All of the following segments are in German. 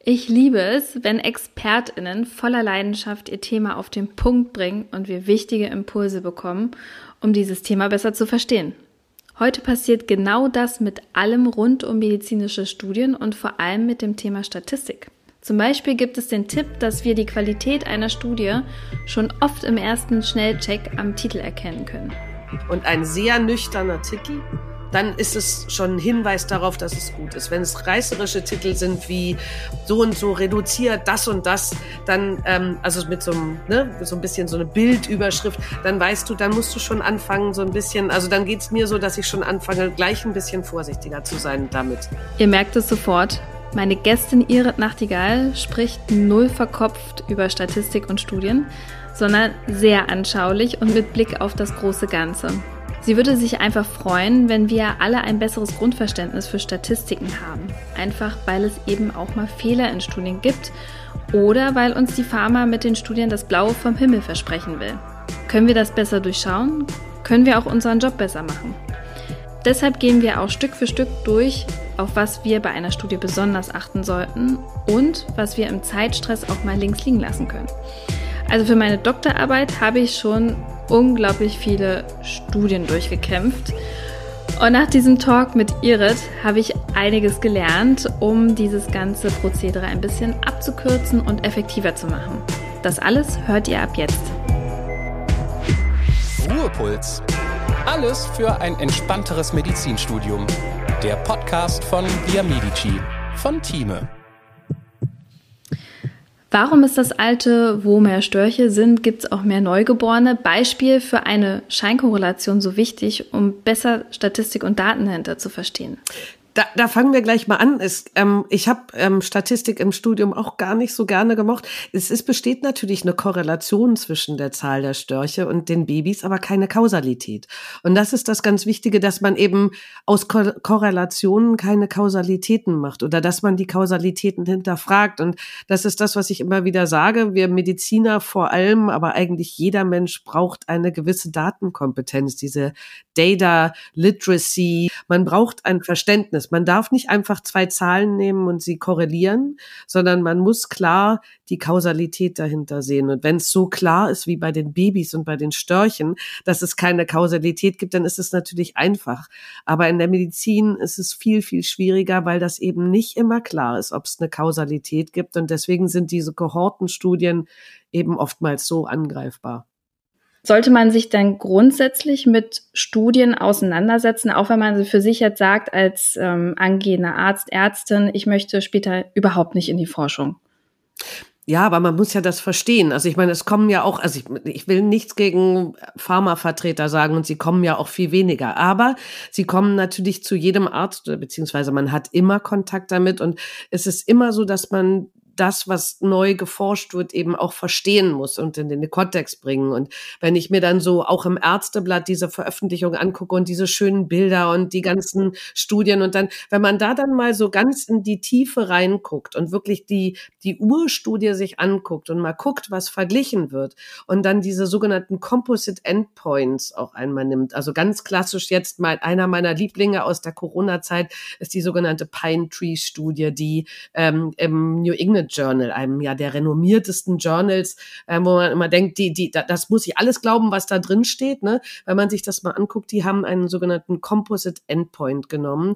Ich liebe es, wenn ExpertInnen voller Leidenschaft ihr Thema auf den Punkt bringen und wir wichtige Impulse bekommen, um dieses Thema besser zu verstehen. Heute passiert genau das mit allem rund um medizinische Studien und vor allem mit dem Thema Statistik. Zum Beispiel gibt es den Tipp, dass wir die Qualität einer Studie schon oft im ersten Schnellcheck am Titel erkennen können. Und ein sehr nüchterner Titel, dann ist es schon ein Hinweis darauf, dass es gut ist. Wenn es reißerische Titel sind wie so und so reduziert, das und das, dann, also mit so ein bisschen so eine Bildüberschrift, dann weißt du, dann musst du schon anfangen, so ein bisschen, also dann geht's mir so, dass ich schon anfange, gleich ein bisschen vorsichtiger zu sein damit. Ihr merkt es sofort. Meine Gästin Irit Nachtigall spricht null verkopft über Statistik und Studien, sondern sehr anschaulich und mit Blick auf das große Ganze. Sie würde sich einfach freuen, wenn wir alle ein besseres Grundverständnis für Statistiken haben. Einfach, weil es eben auch mal Fehler in Studien gibt oder weil uns die Pharma mit den Studien das Blaue vom Himmel versprechen will. Können wir das besser durchschauen? Können wir auch unseren Job besser machen? Deshalb gehen wir auch Stück für Stück durch, auf was wir bei einer Studie besonders achten sollten und was wir im Zeitstress auch mal links liegen lassen können. Also für meine Doktorarbeit habe ich schon unglaublich viele Studien durchgekämpft. Und nach diesem Talk mit Irit habe ich einiges gelernt, um dieses ganze Prozedere ein bisschen abzukürzen und effektiver zu machen. Das alles hört ihr ab jetzt. Ruhepuls. Alles für ein entspannteres Medizinstudium. Der Podcast von Via Medici von Thieme. Warum ist das alte, wo mehr Störche sind, gibt es auch mehr Neugeborene? Beispiel für eine Scheinkorrelation so wichtig, um besser Statistik und Daten dahinter zu verstehen. Da fangen wir gleich mal an. Ich habe Statistik im Studium auch gar nicht so gerne gemocht. Besteht natürlich eine Korrelation zwischen der Zahl der Störche und den Babys, aber keine Kausalität. Und das ist das ganz Wichtige, dass man eben aus Korrelationen keine Kausalitäten macht oder dass man die Kausalitäten hinterfragt. Und das ist das, was ich immer wieder sage. Wir Mediziner vor allem, aber eigentlich jeder Mensch braucht eine gewisse Datenkompetenz, diese Data Literacy. Man braucht ein Verständnis. Man darf nicht einfach zwei Zahlen nehmen und sie korrelieren, sondern man muss klar die Kausalität dahinter sehen. Und wenn es so klar ist wie bei den Babys und bei den Störchen, dass es keine Kausalität gibt, dann ist es natürlich einfach. Aber in der Medizin ist es viel, viel schwieriger, weil das eben nicht immer klar ist, ob es eine Kausalität gibt. Und deswegen sind diese Kohortenstudien eben oftmals so angreifbar. Sollte man sich dann grundsätzlich mit Studien auseinandersetzen, auch wenn man sie für sich jetzt sagt, als angehender Arzt, Ärztin, ich möchte später überhaupt nicht in die Forschung? Ja, aber man muss ja das verstehen. Also ich meine, es kommen ja auch, also ich will nichts gegen Pharmavertreter sagen und sie kommen ja auch viel weniger. Aber sie kommen natürlich zu jedem Arzt, beziehungsweise man hat immer Kontakt damit und es ist immer so, dass man das, was neu geforscht wird, eben auch verstehen muss und in den Kontext bringen. Und wenn ich mir dann so auch im Ärzteblatt diese Veröffentlichung angucke und diese schönen Bilder und die ganzen Studien und dann, wenn man da dann mal so ganz in die Tiefe reinguckt und wirklich die Urstudie sich anguckt und mal guckt, was verglichen wird und dann diese sogenannten Composite Endpoints auch einmal nimmt. Also ganz klassisch jetzt mal einer meiner Lieblinge aus der Corona-Zeit ist die sogenannte Pine Tree Studie, die im New England Journal, einem ja der renommiertesten Journals, wo man immer denkt, das muss ich alles glauben, was da drin steht, ne? Wenn man sich das mal anguckt, die haben einen sogenannten Composite Endpoint genommen,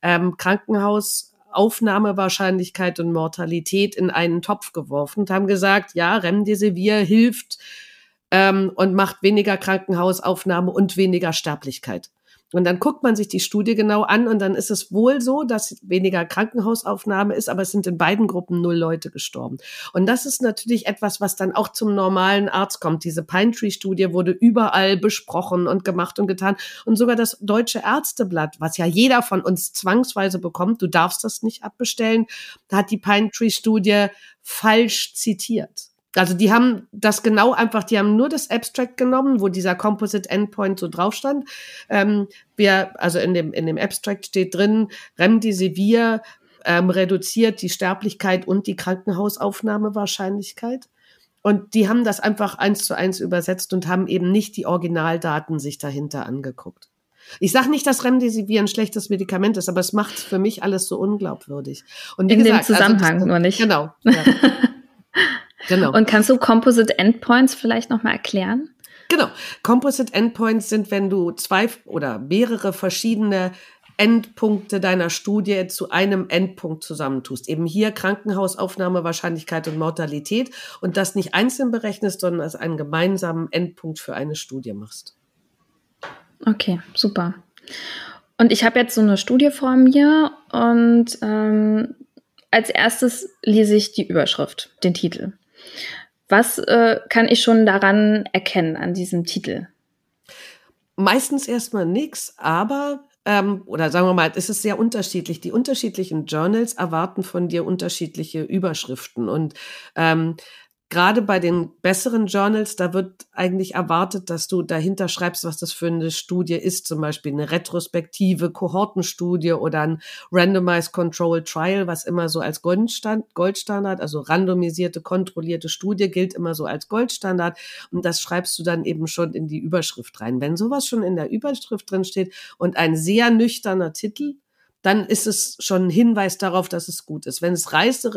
Krankenhausaufnahmewahrscheinlichkeit und Mortalität in einen Topf geworfen und haben gesagt, ja, Remdesivir hilft und macht weniger Krankenhausaufnahme und weniger Sterblichkeit. Und dann guckt man sich die Studie genau an und dann ist es wohl so, dass weniger Krankenhausaufnahme ist, aber es sind in beiden Gruppen 0 Leute gestorben. Und das ist natürlich etwas, was dann auch zum normalen Arzt kommt. Diese Pine Tree Studie wurde überall besprochen und gemacht und getan. Und sogar das Deutsche Ärzteblatt, was ja jeder von uns zwangsweise bekommt, du darfst das nicht abbestellen, da hat die Pine Tree Studie falsch zitiert. Also die haben das genau einfach, die haben nur das Abstract genommen, wo dieser Composite Endpoint so drauf stand. Also in dem Abstract steht drin, Remdesivir reduziert die Sterblichkeit und die Krankenhausaufnahmewahrscheinlichkeit. Und die haben das einfach 1:1 übersetzt und haben eben nicht die Originaldaten sich dahinter angeguckt. Ich sage nicht, dass Remdesivir ein schlechtes Medikament ist, aber es macht für mich alles so unglaubwürdig. Und wie In gesagt, dem Zusammenhang nur nicht. Genau. Ja. Genau. Und kannst du Composite Endpoints vielleicht nochmal erklären? Genau. Composite Endpoints sind, wenn du 2 oder mehrere verschiedene Endpunkte deiner Studie zu einem Endpunkt zusammentust. Eben hier Krankenhausaufnahme, Wahrscheinlichkeit und Mortalität und das nicht einzeln berechnest, sondern als einen gemeinsamen Endpunkt für eine Studie machst. Okay, super. Und ich habe jetzt so eine Studie vor mir und als erstes lese ich die Überschrift, den Titel. Was kann ich schon daran erkennen, an diesem Titel? Meistens erstmal nichts, aber oder sagen wir mal, es ist sehr unterschiedlich. Die unterschiedlichen Journals erwarten von dir unterschiedliche Überschriften. Und gerade bei den besseren Journals, da wird eigentlich erwartet, dass du dahinter schreibst, was das für eine Studie ist. Zum Beispiel eine retrospektive Kohortenstudie oder ein Randomized Controlled Trial, was immer so als Goldstandard, also randomisierte, kontrollierte Studie gilt immer so als Goldstandard. Und das schreibst du dann eben schon in die Überschrift rein. Wenn sowas schon in der Überschrift drin steht und ein sehr nüchterner Titel, dann ist es schon ein Hinweis darauf, dass es gut ist. Wenn es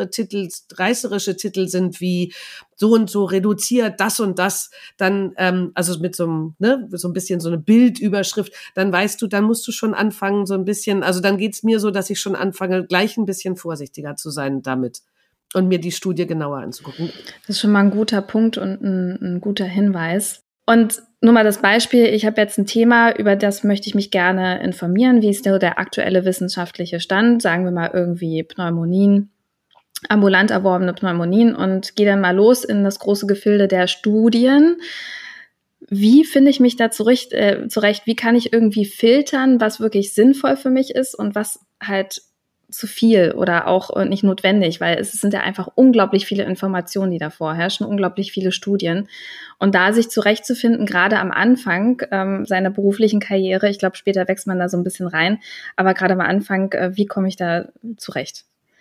reißerische Titel sind wie so und so reduziert, das und das, dann, also mit so einem, so ein bisschen so eine Bildüberschrift, dann weißt du, dann musst du schon anfangen, so ein bisschen, also dann geht's mir so, dass ich schon anfange, gleich ein bisschen vorsichtiger zu sein damit und mir die Studie genauer anzugucken. Das ist schon mal ein guter Punkt und ein guter Hinweis. Und nur mal das Beispiel, ich habe jetzt ein Thema, über das möchte ich mich gerne informieren. Wie ist der aktuelle wissenschaftliche Stand? Sagen wir mal irgendwie Pneumonien, ambulant erworbene Pneumonien und gehe dann mal los in das große Gefilde der Studien. Wie finde ich mich da zurecht? Wie kann ich irgendwie filtern, was wirklich sinnvoll für mich ist und was halt zu viel oder auch nicht notwendig, weil es sind ja einfach unglaublich viele Informationen, die da vorherrschen, unglaublich viele Studien. Und da sich zurechtzufinden, gerade am Anfang seiner beruflichen Karriere, ich glaube, später wächst man da so ein bisschen rein, aber gerade am Anfang, wie komme ich da zurecht?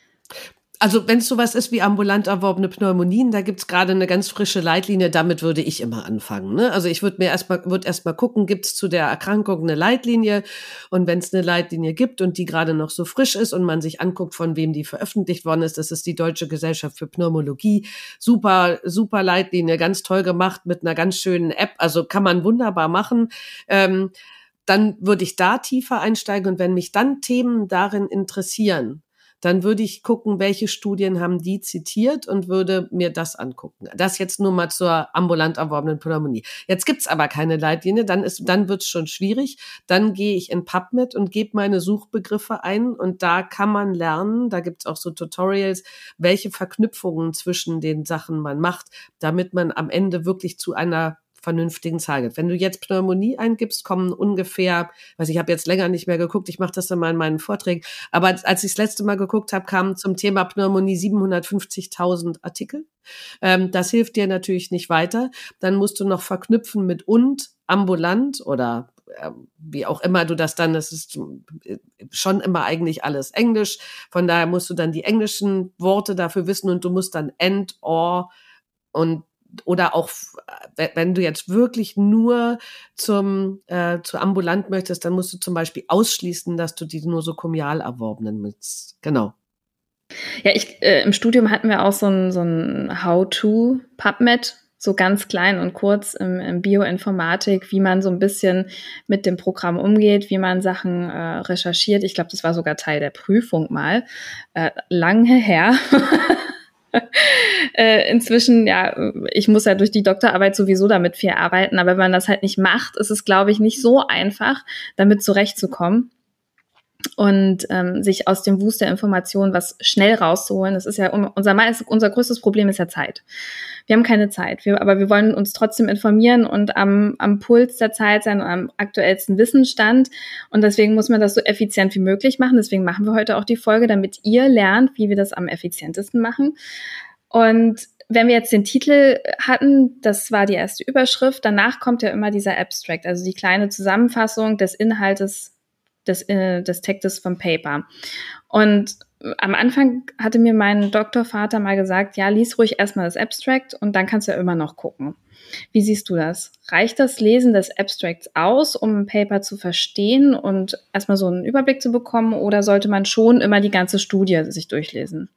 Also wenn es sowas ist wie ambulant erworbene Pneumonien, da gibt's gerade eine ganz frische Leitlinie, damit würde ich immer anfangen. Ne? Also ich würde erstmal gucken, gibt's zu der Erkrankung eine Leitlinie? Und wenn es eine Leitlinie gibt und die gerade noch so frisch ist und man sich anguckt, von wem die veröffentlicht worden ist, das ist die Deutsche Gesellschaft für Pneumologie. Super, super Leitlinie, ganz toll gemacht mit einer ganz schönen App, also kann man wunderbar machen. Dann würde ich da tiefer einsteigen und wenn mich dann Themen darin interessieren, dann würde ich gucken, welche Studien haben die zitiert und würde mir das angucken. Das jetzt nur mal zur ambulant erworbenen Pneumonie. Jetzt gibt's aber keine Leitlinie, dann wird's schon schwierig. Dann gehe ich in PubMed und gebe meine Suchbegriffe ein und da kann man lernen, da gibt's auch so Tutorials, welche Verknüpfungen zwischen den Sachen man macht, damit man am Ende wirklich zu einer vernünftigen Zahl gibt. Wenn du jetzt Pneumonie eingibst, kommen ungefähr, ich habe jetzt länger nicht mehr geguckt, ich mache das dann mal in meinen Vorträgen, aber als ich das letzte Mal geguckt habe, kamen zum Thema Pneumonie 750.000 Artikel. Das hilft dir natürlich nicht weiter. Dann musst du noch verknüpfen mit und ambulant oder wie auch immer du das ist schon immer eigentlich alles Englisch. Von daher musst du dann die englischen Worte dafür wissen und du musst dann and, or und oder auch, wenn du jetzt wirklich nur zu ambulant möchtest, dann musst du zum Beispiel ausschließen, dass du die nosokomial erworbenen nutzt. Genau. Ja, im Studium hatten wir auch so ein How-to PubMed, so ganz klein und kurz im Bioinformatik, wie man so ein bisschen mit dem Programm umgeht, wie man Sachen recherchiert. Ich glaube, das war sogar Teil der Prüfung mal. Lange her. Inzwischen, ja, ich muss ja durch die Doktorarbeit sowieso damit viel arbeiten, aber wenn man das halt nicht macht, ist es, glaube ich, nicht so einfach, damit zurechtzukommen und sich aus dem Wust der Informationen was schnell rauszuholen. Das ist ja unser größtes Problem ist ja Zeit. Wir haben keine Zeit, aber wir wollen uns trotzdem informieren und am Puls der Zeit sein und am aktuellsten Wissensstand. Und deswegen muss man das so effizient wie möglich machen. Deswegen machen wir heute auch die Folge, damit ihr lernt, wie wir das am effizientesten machen. Und wenn wir jetzt den Titel hatten, das war die erste Überschrift, danach kommt ja immer dieser Abstract, also die kleine Zusammenfassung des Inhaltes des Textes vom Paper. Und am Anfang hatte mir mein Doktorvater mal gesagt, ja, lies ruhig erstmal das Abstract und dann kannst du ja immer noch gucken. Wie siehst du das? Reicht das Lesen des Abstracts aus, um ein Paper zu verstehen und erstmal so einen Überblick zu bekommen, oder sollte man schon immer die ganze Studie sich durchlesen?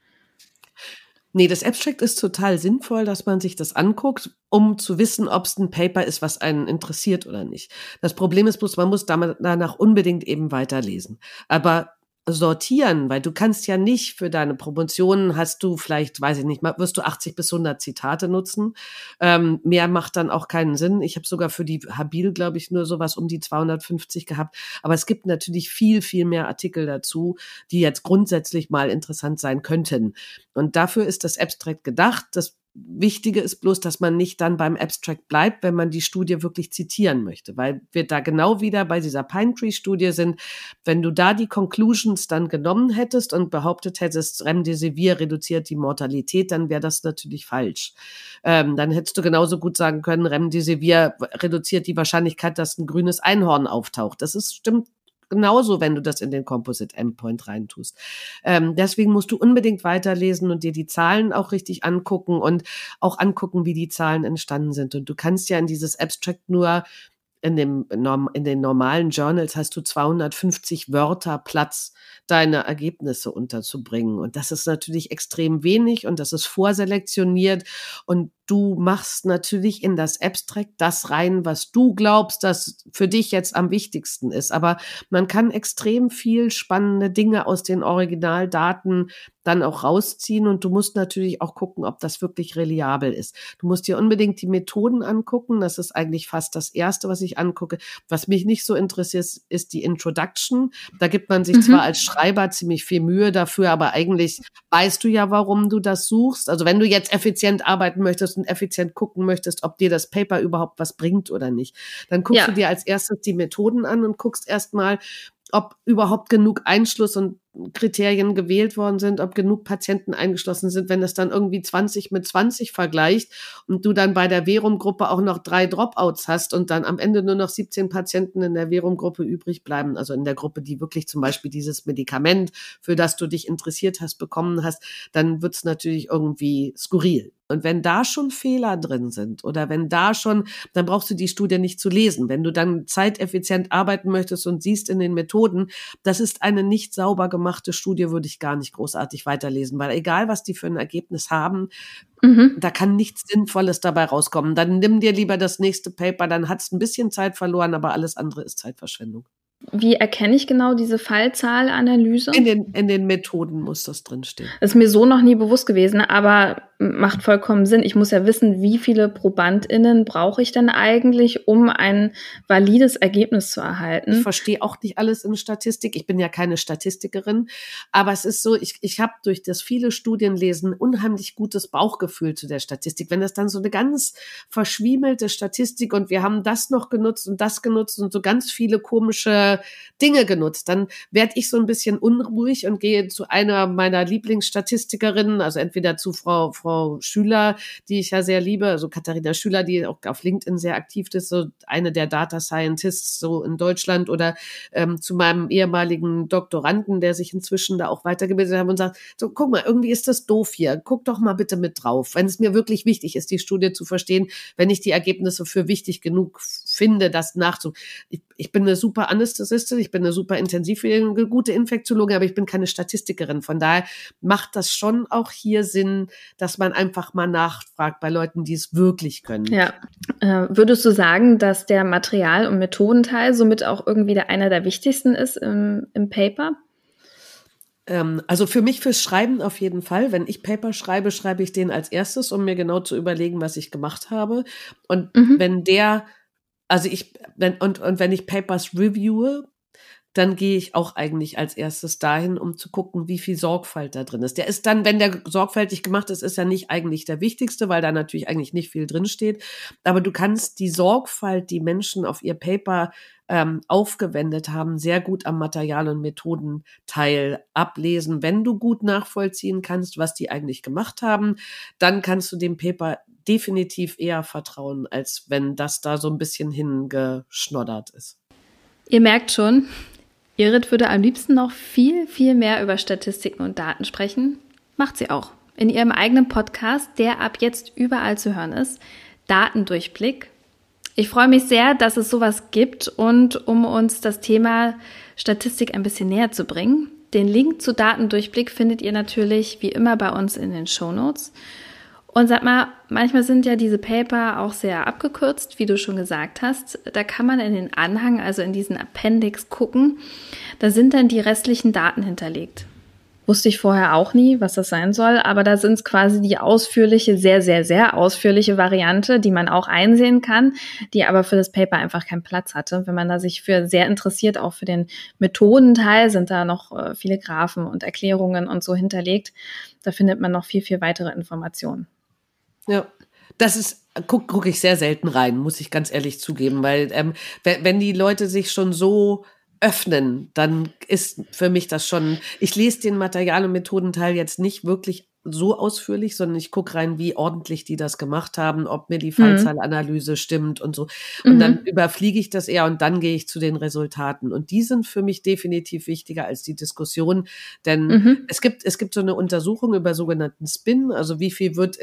Nee, das Abstract ist total sinnvoll, dass man sich das anguckt, um zu wissen, ob es ein Paper ist, was einen interessiert oder nicht. Das Problem ist bloß, man muss danach unbedingt eben weiterlesen. Aber sortieren, weil du kannst ja nicht für deine Promotionen hast du vielleicht, weiß ich nicht, wirst du 80 bis 100 Zitate nutzen. Mehr macht dann auch keinen Sinn. Ich habe sogar für die Habil, glaube ich, nur sowas um die 250 gehabt. Aber es gibt natürlich viel, viel mehr Artikel dazu, die jetzt grundsätzlich mal interessant sein könnten. Und dafür ist das Abstract gedacht. Das Wichtige ist bloß, dass man nicht dann beim Abstract bleibt, wenn man die Studie wirklich zitieren möchte, weil wir da genau wieder bei dieser Pinetree-Studie sind. Wenn du da die Conclusions dann genommen hättest und behauptet hättest, Remdesivir reduziert die Mortalität, dann wäre das natürlich falsch. Dann hättest du genauso gut sagen können, Remdesivir reduziert die Wahrscheinlichkeit, dass ein grünes Einhorn auftaucht. Stimmt genauso, wenn du das in den Composite Endpoint reintust. Deswegen musst du unbedingt weiterlesen und dir die Zahlen auch richtig angucken und auch angucken, wie die Zahlen entstanden sind. Und du kannst ja in dieses Abstract nur in den normalen Journals hast du 250 Wörter Platz, deine Ergebnisse unterzubringen. Und das ist natürlich extrem wenig und das ist vorselektioniert. Und du machst natürlich in das Abstract das rein, was du glaubst, dass für dich jetzt am wichtigsten ist. Aber man kann extrem viel spannende Dinge aus den Originaldaten dann auch rausziehen und du musst natürlich auch gucken, ob das wirklich reliabel ist. Du musst dir unbedingt die Methoden angucken. Das ist eigentlich fast das Erste, was ich angucke. Was mich nicht so interessiert, ist die Introduction. Da gibt man sich zwar als Schreiber ziemlich viel Mühe dafür, aber eigentlich weißt du ja, warum du das suchst. Also wenn du jetzt effizient arbeiten möchtest und effizient gucken möchtest, ob dir das Paper überhaupt was bringt oder nicht, dann guckst du dir als erstes die Methoden an und guckst erstmal, ob überhaupt genug Einschluss und Kriterien gewählt worden sind, ob genug Patienten eingeschlossen sind. Wenn das dann irgendwie 20 mit 20 vergleicht und du dann bei der Verum-Gruppe auch noch 3 Dropouts hast und dann am Ende nur noch 17 Patienten in der Verum-Gruppe übrig bleiben, also in der Gruppe, die wirklich zum Beispiel dieses Medikament, für das du dich interessiert hast, bekommen hast, dann wird's natürlich irgendwie skurril. Und wenn da schon Fehler drin sind oder wenn da schon, dann brauchst du die Studie nicht zu lesen. Wenn du dann zeiteffizient arbeiten möchtest und siehst in den Methoden, das ist eine nicht sauber gemachte Studie, würde ich gar nicht großartig weiterlesen, weil egal, was die für ein Ergebnis haben, da kann nichts Sinnvolles dabei rauskommen. Dann nimm dir lieber das nächste Paper, dann hat's ein bisschen Zeit verloren, aber alles andere ist Zeitverschwendung. Wie erkenne ich genau diese Fallzahlanalyse? In den Methoden muss das drinstehen. Das ist mir so noch nie bewusst gewesen, aber macht vollkommen Sinn. Ich muss ja wissen, wie viele ProbandInnen brauche ich denn eigentlich, um ein valides Ergebnis zu erhalten. Ich verstehe auch nicht alles in Statistik. Ich bin ja keine Statistikerin, aber es ist so, ich habe durch das viele Studienlesen unheimlich gutes Bauchgefühl zu der Statistik. Wenn das dann so eine ganz verschwiemelte Statistik und wir haben das noch genutzt und das genutzt und so ganz viele komische Dinge genutzt, dann werde ich so ein bisschen unruhig und gehe zu einer meiner Lieblingsstatistikerinnen, also entweder zu Frau Schüler, die ich ja sehr liebe, also Katharina Schüler, die auch auf LinkedIn sehr aktiv ist, so eine der Data Scientists so in Deutschland, oder zu meinem ehemaligen Doktoranden, der sich inzwischen da auch weitergebildet hat und sagt, so guck mal, irgendwie ist das doof hier, guck doch mal bitte mit drauf, wenn es mir wirklich wichtig ist, die Studie zu verstehen, wenn ich die Ergebnisse für wichtig genug finde, das nachzugucken. Ich bin eine super Anästhesistin, ich bin eine super gute Infektiologin, aber ich bin keine Statistikerin. Von daher macht das schon auch hier Sinn, dass man einfach mal nachfragt bei Leuten, die es wirklich können. Ja. Würdest du sagen, dass der Material- und Methodenteil somit auch irgendwie einer der wichtigsten ist im Paper? Also für mich fürs Schreiben auf jeden Fall. Wenn ich Paper schreibe, schreibe ich den als erstes, um mir genau zu überlegen, was ich gemacht habe. Und wenn wenn ich Papers reviewe, dann gehe ich auch eigentlich als erstes dahin, um zu gucken, wie viel Sorgfalt da drin ist. Der ist dann, wenn der sorgfältig gemacht ist, ist ja nicht eigentlich der wichtigste, weil da natürlich eigentlich nicht viel drin steht. Aber du kannst die Sorgfalt, die Menschen auf ihr Paper aufgewendet haben, sehr gut am Material- und Methodenteil ablesen. Wenn du gut nachvollziehen kannst, was die eigentlich gemacht haben, dann kannst du dem Paper definitiv eher vertrauen, als wenn das da so ein bisschen hingeschnoddert ist. Ihr merkt schon, Irit würde am liebsten noch viel, viel mehr über Statistiken und Daten sprechen. Macht sie auch. In ihrem eigenen Podcast, der ab jetzt überall zu hören ist, Datendurchblick. Ich freue mich sehr, dass es sowas gibt und um uns das Thema Statistik ein bisschen näher zu bringen. Den Link zu Datendurchblick findet ihr natürlich wie immer bei uns in den Shownotes. Und sag mal, manchmal sind ja diese Paper auch sehr abgekürzt, wie du schon gesagt hast. Da kann man in den Anhang, also in diesen Appendix gucken. Da sind dann die restlichen Daten hinterlegt. Wusste ich vorher auch nie, was das sein soll, aber da sind es quasi die ausführliche, sehr, sehr, sehr ausführliche Variante, die man auch einsehen kann, die aber für das Paper einfach keinen Platz hatte. Wenn man da sich für sehr interessiert, auch für den Methodenteil, sind da noch viele Graphen und Erklärungen und so hinterlegt. Da findet man noch viel, viel weitere Informationen. Ja, das ist, guck ich sehr selten rein, muss ich ganz ehrlich zugeben, weil wenn die Leute sich schon so öffnen, dann ist für mich das schon, ich lese den Material- und Methodenteil jetzt nicht wirklich so ausführlich, sondern ich gucke rein, wie ordentlich die das gemacht haben, ob mir die Fallzahlanalyse stimmt und so. Und dann überfliege ich das eher und dann gehe ich zu den Resultaten. Und die sind für mich definitiv wichtiger als die Diskussion, denn es gibt so eine Untersuchung über sogenannten Spin, also wie viel wird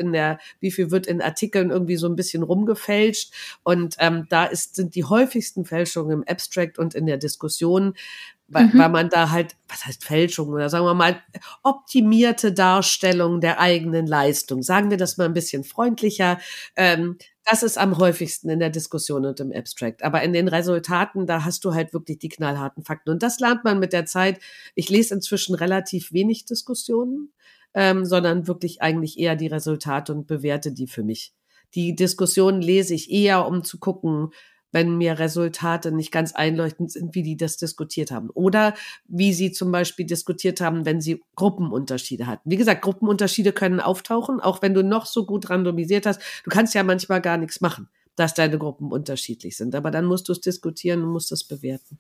in Artikeln irgendwie so ein bisschen rumgefälscht. Und da sind die häufigsten Fälschungen im Abstract und in der Diskussion, weil man da halt, was heißt Fälschung oder sagen wir mal, optimierte Darstellung der eigenen Leistung. Sagen wir das mal ein bisschen freundlicher. Das ist am häufigsten in der Diskussion und im Abstract. Aber in den Resultaten, da hast du halt wirklich die knallharten Fakten. Und das lernt man mit der Zeit. Ich lese inzwischen relativ wenig Diskussionen, sondern wirklich eigentlich eher die Resultate und bewerte die für mich. Die Diskussionen lese ich eher, um zu gucken, wenn mir Resultate nicht ganz einleuchtend sind, wie die das diskutiert haben. Oder wie sie zum Beispiel diskutiert haben, wenn sie Gruppenunterschiede hatten. Wie gesagt, Gruppenunterschiede können auftauchen, auch wenn du noch so gut randomisiert hast. Du kannst ja manchmal gar nichts machen, dass deine Gruppen unterschiedlich sind. Aber dann musst du es diskutieren und musst es bewerten.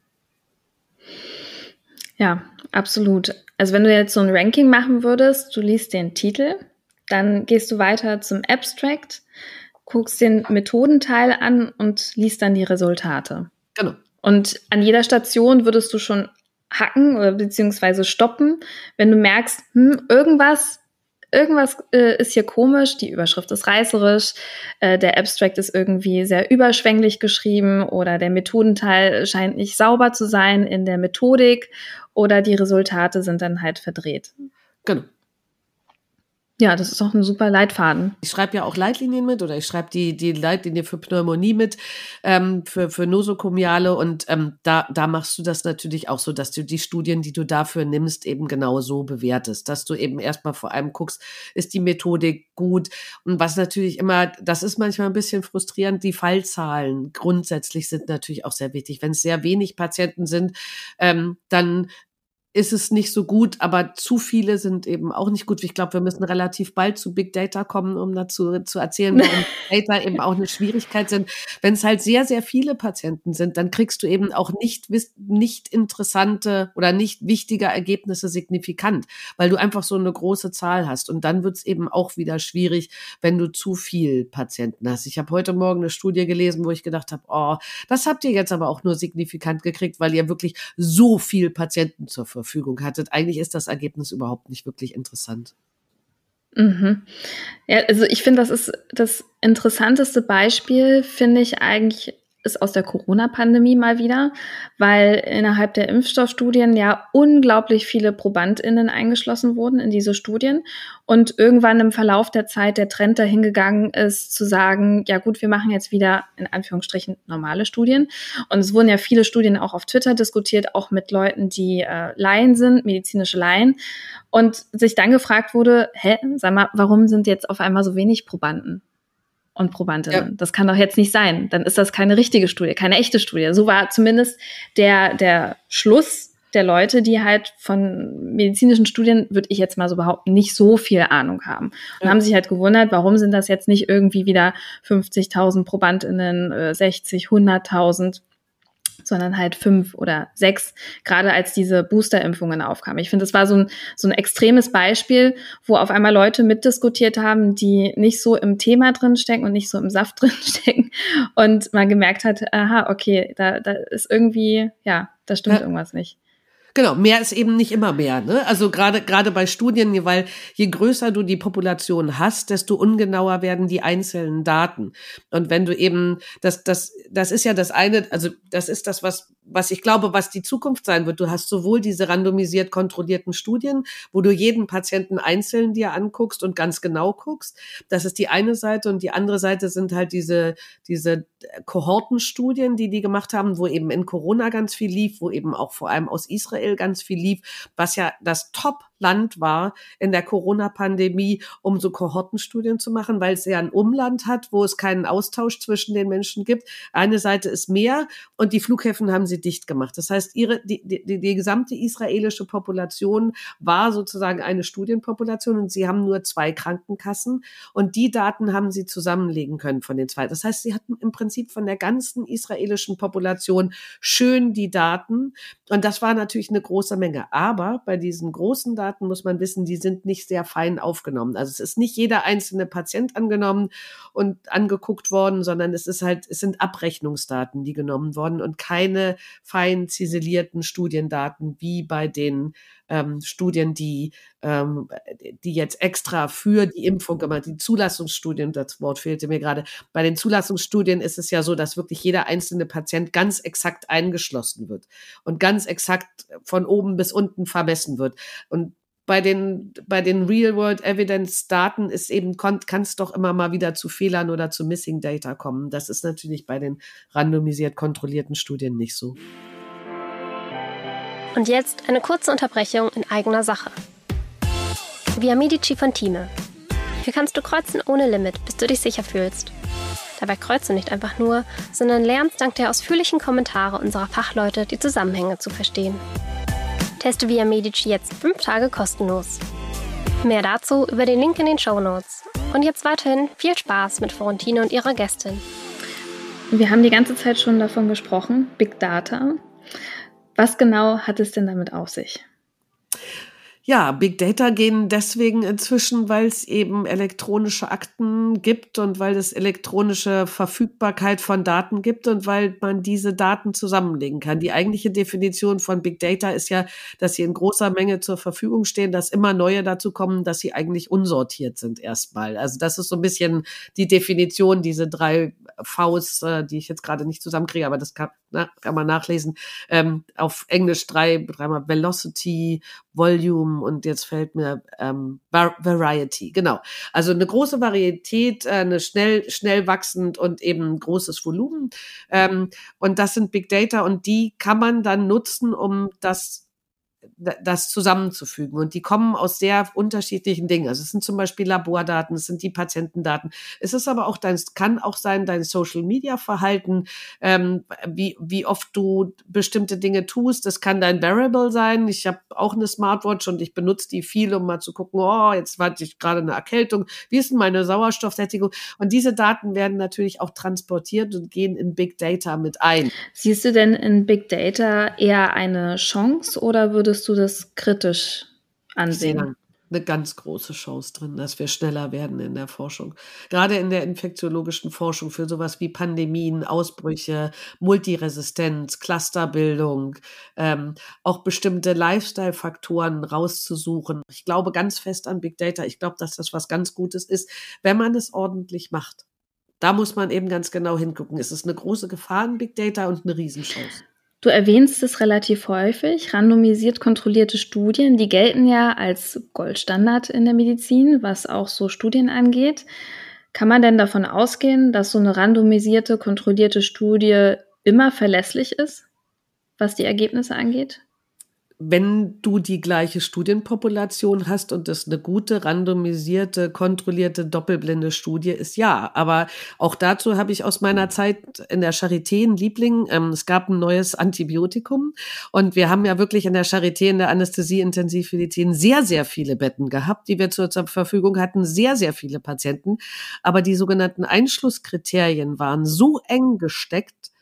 Ja, absolut. Also wenn du jetzt so ein Ranking machen würdest, du liest den Titel, dann gehst du weiter zum Abstract, guckst den Methodenteil an und liest dann die Resultate. Genau. Und an jeder Station würdest du schon hacken oder beziehungsweise stoppen, wenn du merkst, irgendwas ist hier komisch, die Überschrift ist reißerisch, der Abstract ist irgendwie sehr überschwänglich geschrieben oder der Methodenteil scheint nicht sauber zu sein in der Methodik oder die Resultate sind dann halt verdreht. Genau. Ja, das ist auch ein super Leitfaden. Ich schreibe ja auch Leitlinien mit oder ich schreibe die Leitlinie für Pneumonie mit, für Nosokomiale und da machst du das natürlich auch so, dass du die Studien, die du dafür nimmst, eben genau so bewertest, dass du eben erstmal vor allem guckst, ist die Methodik gut und was natürlich immer, das ist manchmal ein bisschen frustrierend, die Fallzahlen grundsätzlich sind natürlich auch sehr wichtig. Wenn es sehr wenig Patienten sind, dann ist es nicht so gut, aber zu viele sind eben auch nicht gut. Ich glaube, wir müssen relativ bald zu Big Data kommen, um dazu zu erzählen, warum Data eben auch eine Schwierigkeit sind. Wenn es halt sehr, sehr viele Patienten sind, dann kriegst du eben auch nicht interessante oder nicht wichtige Ergebnisse signifikant, weil du einfach so eine große Zahl hast. Und dann wird es eben auch wieder schwierig, wenn du zu viel Patienten hast. Ich habe heute Morgen eine Studie gelesen, wo ich gedacht habe, das habt ihr jetzt aber auch nur signifikant gekriegt, weil ihr wirklich so viel Patienten zur Verfügung hattet. Eigentlich ist das Ergebnis überhaupt nicht wirklich interessant. Ja, also ich finde, das ist das interessanteste Beispiel, finde ich eigentlich, ist aus der Corona-Pandemie mal wieder, weil innerhalb der Impfstoffstudien ja unglaublich viele ProbandInnen eingeschlossen wurden in diese Studien und irgendwann im Verlauf der Zeit der Trend dahin gegangen ist, zu sagen, ja gut, wir machen jetzt wieder in Anführungsstrichen normale Studien und es wurden ja viele Studien auch auf Twitter diskutiert, auch mit Leuten, die Laien sind, medizinische Laien und sich dann gefragt wurde, sag mal, warum sind jetzt auf einmal so wenig Probanden und Probandinnen? Ja. Das kann doch jetzt nicht sein. Dann ist das keine richtige Studie, keine echte Studie. So war zumindest der Schluss der Leute, die halt von medizinischen Studien, würde ich jetzt mal so behaupten, nicht so viel Ahnung haben. Und haben sich halt gewundert, warum sind das jetzt nicht irgendwie wieder 50.000 ProbandInnen, 60, 100.000, sondern halt 5 oder 6, gerade als diese Boosterimpfungen aufkamen. Ich finde, das war so ein extremes Beispiel, wo auf einmal Leute mitdiskutiert haben, die nicht so im Thema drinstecken und nicht so im Saft drinstecken und man gemerkt hat, aha, okay, da ist irgendwie, ja, da stimmt irgendwas nicht. Genau, mehr ist eben nicht immer mehr, ne? Also gerade bei Studien, weil je größer du die Population hast, desto ungenauer werden die einzelnen Daten. Und wenn du eben, das ist ja das eine, also das ist das, was ich glaube, was die Zukunft sein wird. Du hast sowohl diese randomisiert kontrollierten Studien, wo du jeden Patienten einzeln dir anguckst und ganz genau guckst. Das ist die eine Seite, und die andere Seite sind halt diese Kohortenstudien, die gemacht haben, wo eben in Corona ganz viel lief, wo eben auch vor allem aus Israel ganz viel lief, was ja das Top-Land war in der Corona-Pandemie, um so Kohortenstudien zu machen, weil es ja ein Umland hat, wo es keinen Austausch zwischen den Menschen gibt. Eine Seite ist Meer und die Flughäfen haben sie dicht gemacht. Das heißt, die gesamte israelische Population war sozusagen eine Studienpopulation, und sie haben nur 2 Krankenkassen, und die Daten haben sie zusammenlegen können von den 2. Das heißt, sie hatten im Prinzip von der ganzen israelischen Population schön die Daten, und das war natürlich eine große Menge. Aber bei diesen großen Daten muss man wissen, die sind nicht sehr fein aufgenommen. Also es ist nicht jeder einzelne Patient angenommen und angeguckt worden, sondern es sind Abrechnungsdaten, die genommen worden, und keine fein ziselierten Studiendaten wie bei den Studien, die jetzt extra für die Impfung gemacht, die Zulassungsstudien, das Wort fehlte mir gerade. Bei den Zulassungsstudien ist es ja so, dass wirklich jeder einzelne Patient ganz exakt eingeschlossen wird und ganz exakt von oben bis unten vermessen wird. Und bei den Real-World-Evidence-Daten ist eben, kann es doch immer mal wieder zu Fehlern oder zu Missing Data kommen. Das ist natürlich bei den randomisiert kontrollierten Studien nicht so. Und jetzt eine kurze Unterbrechung in eigener Sache. Via Medici von Thieme. Hier kannst du kreuzen ohne Limit, bis du dich sicher fühlst. Dabei kreuzt du nicht einfach nur, sondern lernst dank der ausführlichen Kommentare unserer Fachleute die Zusammenhänge zu verstehen. Teste Via Medici jetzt 5 Tage kostenlos. Mehr dazu über den Link in den Shownotes. Und jetzt weiterhin viel Spaß mit Florentine und ihrer Gästin. Wir haben die ganze Zeit schon davon gesprochen, Big Data. Was genau hat es denn damit auf sich? Ja, Big Data gehen deswegen inzwischen, weil es eben elektronische Akten gibt und weil es elektronische Verfügbarkeit von Daten gibt und weil man diese Daten zusammenlegen kann. Die eigentliche Definition von Big Data ist ja, dass sie in großer Menge zur Verfügung stehen, dass immer neue dazu kommen, dass sie eigentlich unsortiert sind erstmal. Also das ist so ein bisschen die Definition, diese 3 Vs, die ich jetzt gerade nicht zusammenkriege, aber das kann man nachlesen. Auf Englisch dreimal Velocity, Volume, und jetzt fällt mir Variety, genau. Also eine große Varietät, eine schnell wachsend und eben großes Volumen. Und das sind Big Data, und die kann man dann nutzen, um das zusammenzufügen. Und die kommen aus sehr unterschiedlichen Dingen. Also es sind zum Beispiel Labordaten, es sind die Patientendaten. Es ist aber auch kann auch sein, dein Social-Media-Verhalten, wie oft du bestimmte Dinge tust. Das kann dein Wearable sein. Ich habe auch eine Smartwatch und ich benutze die viel, um mal zu gucken, jetzt hatte ich gerade eine Erkältung. Wie ist denn meine Sauerstoffsättigung? Und diese Daten werden natürlich auch transportiert und gehen in Big Data mit ein. Siehst du denn in Big Data eher eine Chance oder würdest du das kritisch ansehen? Ich sehe eine ganz große Chance drin, dass wir schneller werden in der Forschung. Gerade in der infektiologischen Forschung für sowas wie Pandemien, Ausbrüche, Multiresistenz, Clusterbildung, auch bestimmte Lifestyle-Faktoren rauszusuchen. Ich glaube ganz fest an Big Data. Ich glaube, dass das was ganz Gutes ist, wenn man es ordentlich macht. Da muss man eben ganz genau hingucken. Es ist eine große Gefahr in Big Data und eine Riesenchance. Du erwähnst es relativ häufig, randomisiert kontrollierte Studien, die gelten ja als Goldstandard in der Medizin, was auch so Studien angeht. Kann man denn davon ausgehen, dass so eine randomisierte, kontrollierte Studie immer verlässlich ist, was die Ergebnisse angeht? Wenn du die gleiche Studienpopulation hast und das eine gute, randomisierte, kontrollierte, doppelblinde Studie ist, ja. Aber auch dazu habe ich aus meiner Zeit in der Charité einen Liebling. Es gab ein neues Antibiotikum und wir haben ja wirklich in der Charité in der Anästhesie-Intensivmedizin sehr, sehr viele Betten gehabt, die wir zur Verfügung hatten, sehr, sehr viele Patienten. Aber die sogenannten Einschlusskriterien waren so eng gesteckt,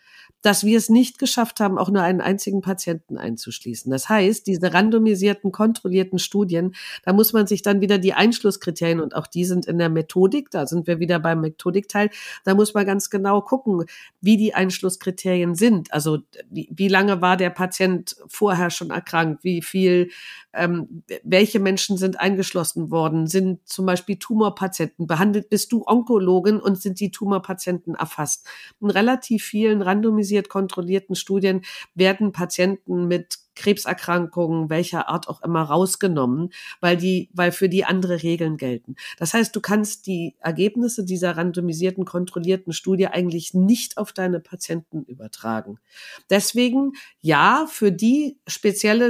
dass wir es nicht geschafft haben, auch nur einen einzigen Patienten einzuschließen. Das heißt, diese randomisierten, kontrollierten Studien, da muss man sich dann wieder die Einschlusskriterien, und auch die sind in der Methodik, da sind wir wieder beim Methodikteil, da muss man ganz genau gucken, wie die Einschlusskriterien sind. Also wie lange war der Patient vorher schon erkrankt, wie viel, welche Menschen sind eingeschlossen worden, sind zum Beispiel Tumorpatienten behandelt, bist du Onkologin und sind die Tumorpatienten erfasst. In relativ vielen randomisiert kontrollierten Studien werden Patienten mit Krebserkrankungen, welcher Art auch immer, rausgenommen, weil für die andere Regeln gelten. Das heißt, du kannst die Ergebnisse dieser randomisierten, kontrollierten Studie eigentlich nicht auf deine Patienten übertragen. Deswegen, ja, für die spezielle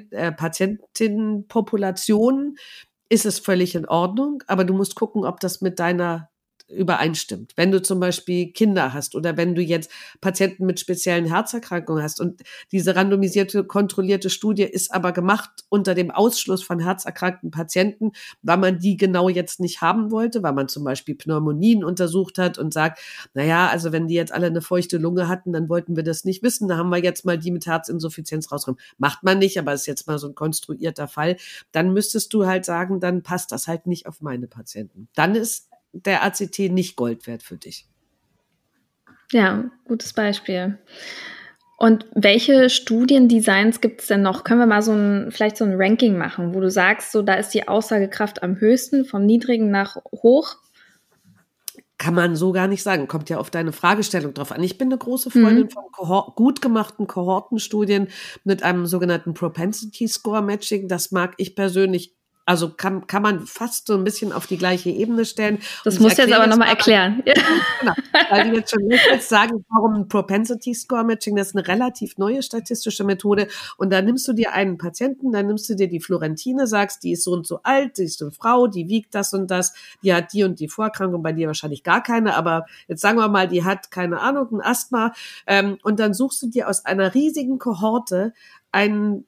Patientinnenpopulation ist es völlig in Ordnung, aber du musst gucken, ob das mit deiner übereinstimmt. Wenn du zum Beispiel Kinder hast oder wenn du jetzt Patienten mit speziellen Herzerkrankungen hast und diese randomisierte, kontrollierte Studie ist aber gemacht unter dem Ausschluss von herzerkrankten Patienten, weil man die genau jetzt nicht haben wollte, weil man zum Beispiel Pneumonien untersucht hat und sagt, naja, also wenn die jetzt alle eine feuchte Lunge hatten, dann wollten wir das nicht wissen, da haben wir jetzt mal die mit Herzinsuffizienz rausgenommen. Macht man nicht, aber ist jetzt mal so ein konstruierter Fall. Dann müsstest du halt sagen, dann passt das halt nicht auf meine Patienten. Dann ist der ACT nicht Gold wert für dich. Ja, gutes Beispiel. Und welche Studiendesigns gibt es denn noch? Können wir mal vielleicht so ein Ranking machen, wo du sagst, so da ist die Aussagekraft am höchsten, vom Niedrigen nach hoch? Kann man so gar nicht sagen. Kommt ja auf deine Fragestellung drauf an. Ich bin eine große Freundin von gut gemachten Kohortenstudien mit einem sogenannten Propensity Score Matching. Das mag ich persönlich. Also kann man fast so ein bisschen auf die gleiche Ebene stellen. Das musst du jetzt aber nochmal erklären. Genau, weil du jetzt schon jetzt sagen, warum ein Propensity Score Matching, das ist eine relativ neue statistische Methode. Und da nimmst du dir einen Patienten, dann nimmst du dir die Florentine, sagst, die ist so und so alt, die ist eine Frau, die wiegt das und das, die hat die und die Vorerkrankung, bei dir wahrscheinlich gar keine, aber jetzt sagen wir mal, die hat, keine Ahnung, ein Asthma. Und dann suchst du dir aus einer riesigen Kohorte einen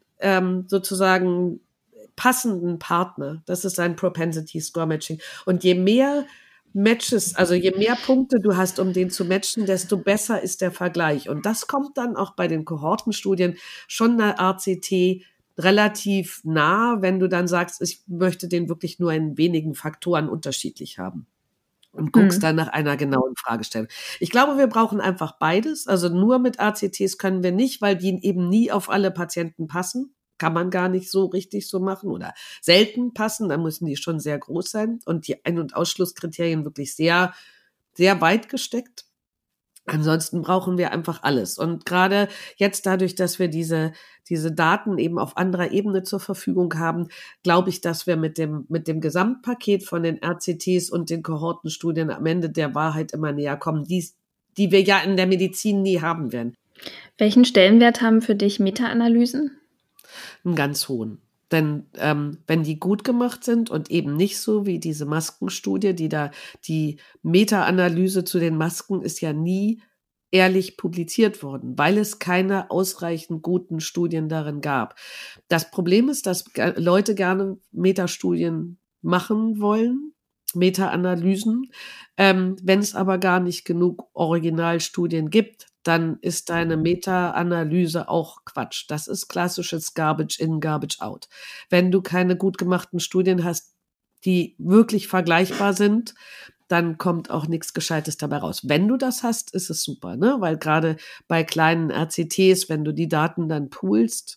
sozusagen passenden Partner. Das ist ein Propensity Score Matching. Und je mehr Matches, also je mehr Punkte du hast, um den zu matchen, desto besser ist der Vergleich. Und das kommt dann auch bei den Kohortenstudien schon der RCT relativ nah, wenn du dann sagst, ich möchte den wirklich nur in wenigen Faktoren unterschiedlich haben. Und guckst dann nach einer genauen Fragestellung. Ich glaube, wir brauchen einfach beides. Also nur mit ACTs können wir nicht, weil die eben nie auf alle Patienten passen. Kann man gar nicht so richtig so machen oder selten passen, dann müssen die schon sehr groß sein und die Ein- und Ausschlusskriterien wirklich sehr, sehr weit gesteckt. Ansonsten brauchen wir einfach alles. Und gerade jetzt dadurch, dass wir diese Daten eben auf anderer Ebene zur Verfügung haben, glaube ich, dass wir mit dem Gesamtpaket von den RCTs und den Kohortenstudien am Ende der Wahrheit immer näher kommen, die wir ja in der Medizin nie haben werden. Welchen Stellenwert haben für dich Meta-Analysen? Einen ganz hohen. Denn wenn die gut gemacht sind und eben nicht so wie diese Maskenstudie, die Meta-Analyse zu den Masken ist ja nie ehrlich publiziert worden, weil es keine ausreichend guten Studien darin gab. Das Problem ist, dass Leute gerne Metastudien machen wollen, Meta-Analysen, wenn es aber gar nicht genug Originalstudien gibt, dann ist deine Meta-Analyse auch Quatsch. Das ist klassisches Garbage in, Garbage out. Wenn du keine gut gemachten Studien hast, die wirklich vergleichbar sind, dann kommt auch nichts Gescheites dabei raus. Wenn du das hast, ist es super, ne? Weil gerade bei kleinen RCTs, wenn du die Daten dann poolst,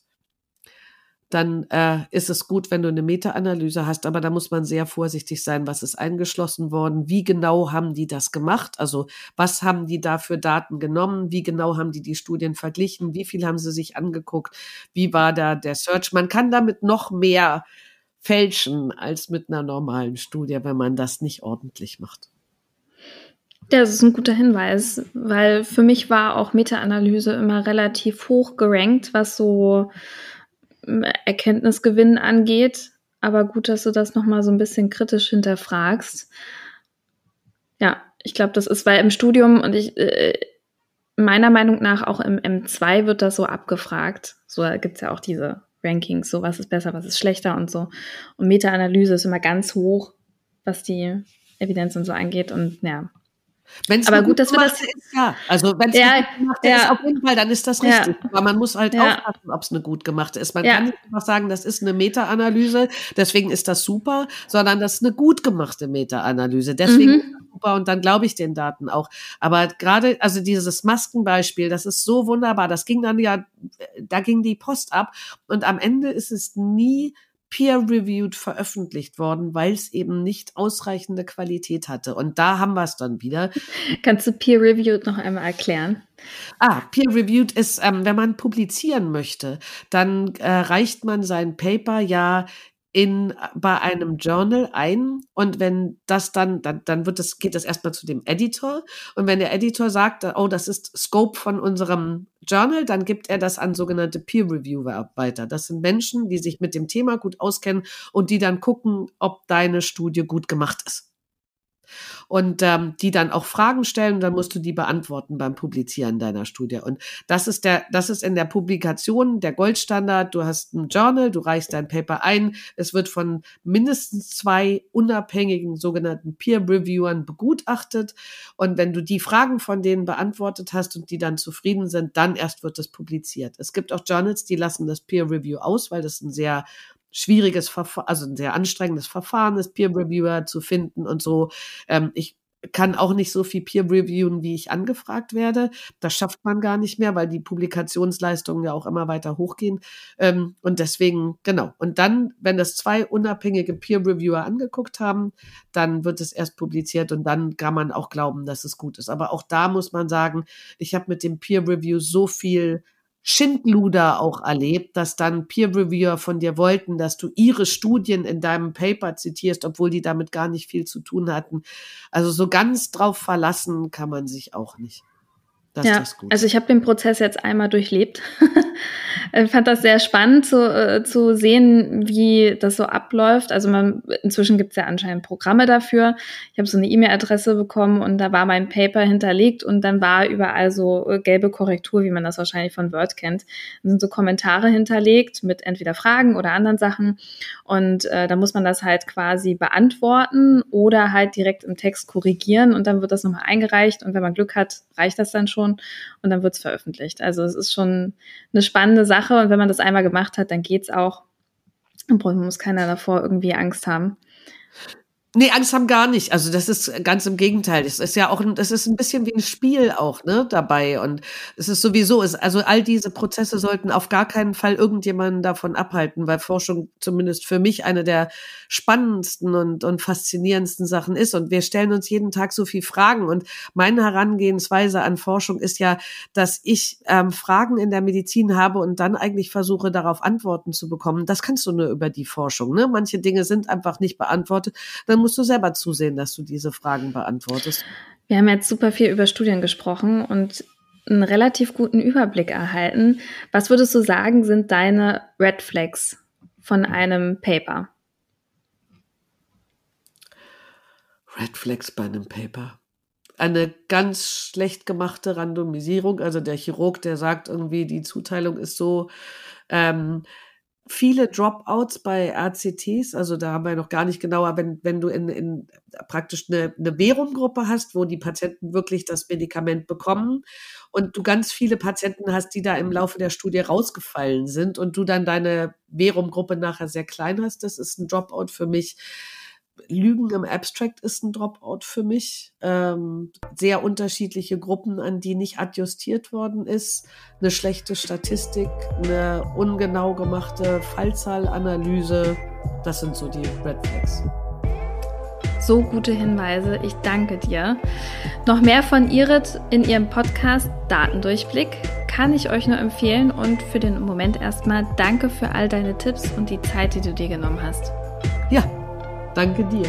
dann ist es gut, wenn du eine Meta-Analyse hast, aber da muss man sehr vorsichtig sein, was ist eingeschlossen worden, wie genau haben die das gemacht, also was haben die da für Daten genommen, wie genau haben die Studien verglichen, wie viel haben sie sich angeguckt, wie war da der Search. Man kann damit noch mehr fälschen als mit einer normalen Studie, wenn man das nicht ordentlich macht. Ja, das ist ein guter Hinweis, weil für mich war auch Meta-Analyse immer relativ hoch gerankt, was so Erkenntnisgewinn angeht. Aber gut, dass du das nochmal so ein bisschen kritisch hinterfragst. Ja, ich glaube, das ist, weil im Studium und meiner Meinung nach auch im M2 wird das so abgefragt. So gibt es ja auch diese Rankings, so was ist besser, was ist schlechter und so. Und Meta-Analyse ist immer ganz hoch, was die Evidenz und so angeht. Und ja, Wenn es gut gemacht ist, ja. Also wenn es gut gemacht ist, auf jeden Fall, dann ist das richtig. Aber man muss halt aufpassen, ob es eine gut gemachte ist. Man kann nicht einfach sagen, das ist eine Meta-Analyse, deswegen ist das super, sondern das ist eine gut gemachte Meta-Analyse. Deswegen ist das super und dann glaube ich den Daten auch. Aber gerade, also dieses Maskenbeispiel, das ist so wunderbar. Das ging dann da ging die Post ab und am Ende ist es nie peer-reviewed veröffentlicht worden, weil es eben nicht ausreichende Qualität hatte. Und da haben wir es dann wieder. Kannst du peer-reviewed noch einmal erklären? Peer-reviewed ist, wenn man publizieren möchte, dann reicht man sein Paper bei einem Journal ein und wenn das dann geht das erstmal zu dem Editor und wenn der Editor sagt, oh, das ist Scope von unserem Journal, dann gibt er das an sogenannte Peer Reviewer weiter. Das sind Menschen, die sich mit dem Thema gut auskennen und die dann gucken, ob deine Studie gut gemacht ist. Und die dann auch Fragen stellen, dann musst du die beantworten beim Publizieren deiner Studie. Und das ist in der Publikation der Goldstandard. Du hast ein Journal, du reichst dein Paper ein, es wird von mindestens 2 unabhängigen sogenannten Peer-Reviewern begutachtet. Und wenn du die Fragen von denen beantwortet hast und die dann zufrieden sind, dann erst wird es publiziert. Es gibt auch Journals, die lassen das Peer-Review aus, weil das ein sehr schwieriges Verfahren, also ein sehr anstrengendes Verfahren ist, Peer-Reviewer zu finden und so. Ich kann auch nicht so viel Peer-Reviewen, wie ich angefragt werde. Das schafft man gar nicht mehr, weil die Publikationsleistungen ja auch immer weiter hochgehen. Und deswegen, genau. Und dann, wenn das 2 unabhängige Peer-Reviewer angeguckt haben, dann wird es erst publiziert und dann kann man auch glauben, dass es gut ist. Aber auch da muss man sagen, ich habe mit dem Peer-Review so viel Schindluder auch erlebt, dass dann Peer-Reviewer von dir wollten, dass du ihre Studien in deinem Paper zitierst, obwohl die damit gar nicht viel zu tun hatten. Also so ganz drauf verlassen kann man sich auch nicht. Das gut. Also ich habe den Prozess jetzt einmal durchlebt. Ich fand das sehr spannend zu sehen, wie das so abläuft. Also inzwischen gibt es ja anscheinend Programme dafür. Ich habe so eine E-Mail-Adresse bekommen und da war mein Paper hinterlegt und dann war überall so gelbe Korrektur, wie man das wahrscheinlich von Word kennt. Da sind so Kommentare hinterlegt mit entweder Fragen oder anderen Sachen und da muss man das halt quasi beantworten oder halt direkt im Text korrigieren und dann wird das nochmal eingereicht und wenn man Glück hat, reicht das dann schon und dann wird es veröffentlicht. Also es ist schon eine spannende Sache und wenn man das einmal gemacht hat, dann geht's auch. Dann muss keiner davor irgendwie Angst haben. Nee, Angst haben gar nicht. Also das ist ganz im Gegenteil. Es ist ja auch, das ist ein bisschen wie ein Spiel auch, ne, dabei. Und es ist sowieso, also all diese Prozesse sollten auf gar keinen Fall irgendjemanden davon abhalten, weil Forschung zumindest für mich eine der spannendsten und faszinierendsten Sachen ist. Und wir stellen uns jeden Tag so viel Fragen. Und meine Herangehensweise an Forschung ist ja, dass ich Fragen in der Medizin habe und dann eigentlich versuche, darauf Antworten zu bekommen. Das kannst du nur über die Forschung, ne? Manche Dinge sind einfach nicht beantwortet. Dann musst du selber zusehen, dass du diese Fragen beantwortest. Wir haben jetzt super viel über Studien gesprochen und einen relativ guten Überblick erhalten. Was würdest du sagen, sind deine Red Flags von einem Paper? Red Flags bei einem Paper? Eine ganz schlecht gemachte Randomisierung. Also der Chirurg, der sagt irgendwie, die Zuteilung ist so... viele Dropouts bei RCTs, also da haben wir noch gar nicht genauer, wenn du in praktisch eine Verum-Gruppe hast, wo die Patienten wirklich das Medikament bekommen und du ganz viele Patienten hast, die da im Laufe der Studie rausgefallen sind und du dann deine Verum-Gruppe nachher sehr klein hast, das ist ein Dropout für mich. Lügen im Abstract ist ein Dropout für mich. Sehr unterschiedliche Gruppen, an die nicht adjustiert worden ist. Eine schlechte Statistik, eine ungenau gemachte Fallzahlanalyse. Das sind so die Red Flags. So gute Hinweise. Ich danke dir. Noch mehr von Irit in ihrem Podcast Datendurchblick kann ich euch nur empfehlen und für den Moment erstmal danke für all deine Tipps und die Zeit, die du dir genommen hast. Ja. Danke dir.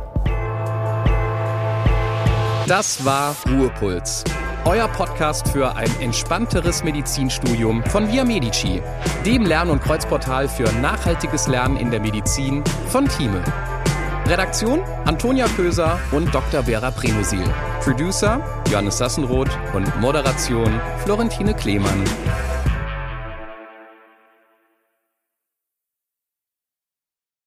Das war Ruhepuls, euer Podcast für ein entspannteres Medizinstudium von Via Medici, dem Lern- und Kreuzportal für nachhaltiges Lernen in der Medizin von Thieme. Redaktion Antonia Köser und Dr. Vera Prenosil. Producer Johannes Sassenroth und Moderation Florentine Klemann.